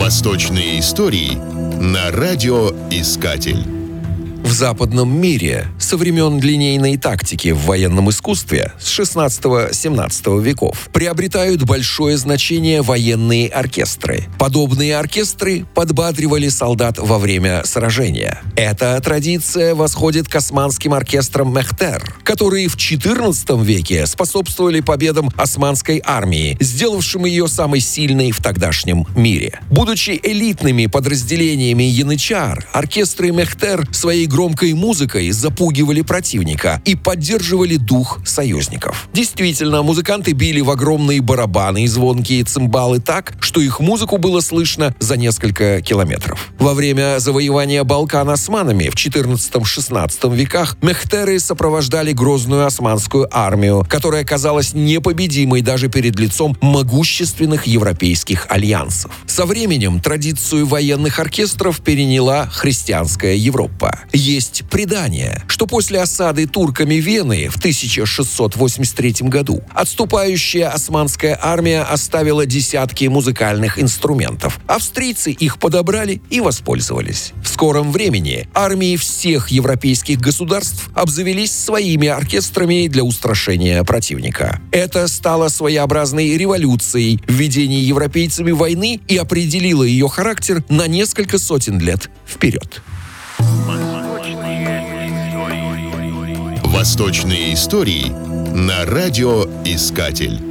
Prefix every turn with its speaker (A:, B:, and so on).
A: Восточные истории на радиоискатель.
B: В западном мире со времен линейной тактики в военном искусстве с 16-17 веков приобретают большое значение военные оркестры. Подобные оркестры подбадривали солдат во время сражения. Эта традиция восходит к османским оркестрам Мехтер, которые в XIV веке способствовали победам османской армии, сделавшим ее самой сильной в тогдашнем мире. Будучи элитными подразделениями янычар, оркестры Мехтер своей громкой музыкой запугивали противника и поддерживали дух союзников. Действительно, музыканты били в огромные барабаны и звонкие цимбалы так, что их музыку было слышно за несколько километров. Во время завоевания Балкан османами в XIV-XVI веках мехтеры сопровождали грозную османскую армию, которая казалась непобедимой даже перед лицом могущественных европейских альянсов. Со временем традицию военных оркестров переняла христианская Европа. Есть предание, что после осады турками Вены в 1683 году отступающая османская армия оставила десятки музыкальных инструментов. Австрийцы их подобрали и воспользовались. В скором времени армии всех европейских государств обзавелись своими оркестрами для устрашения противника. Это стало своеобразной революцией в ведении европейцами войны и определило ее характер на несколько сотен лет вперед.
A: Восточные истории на радиоискатель.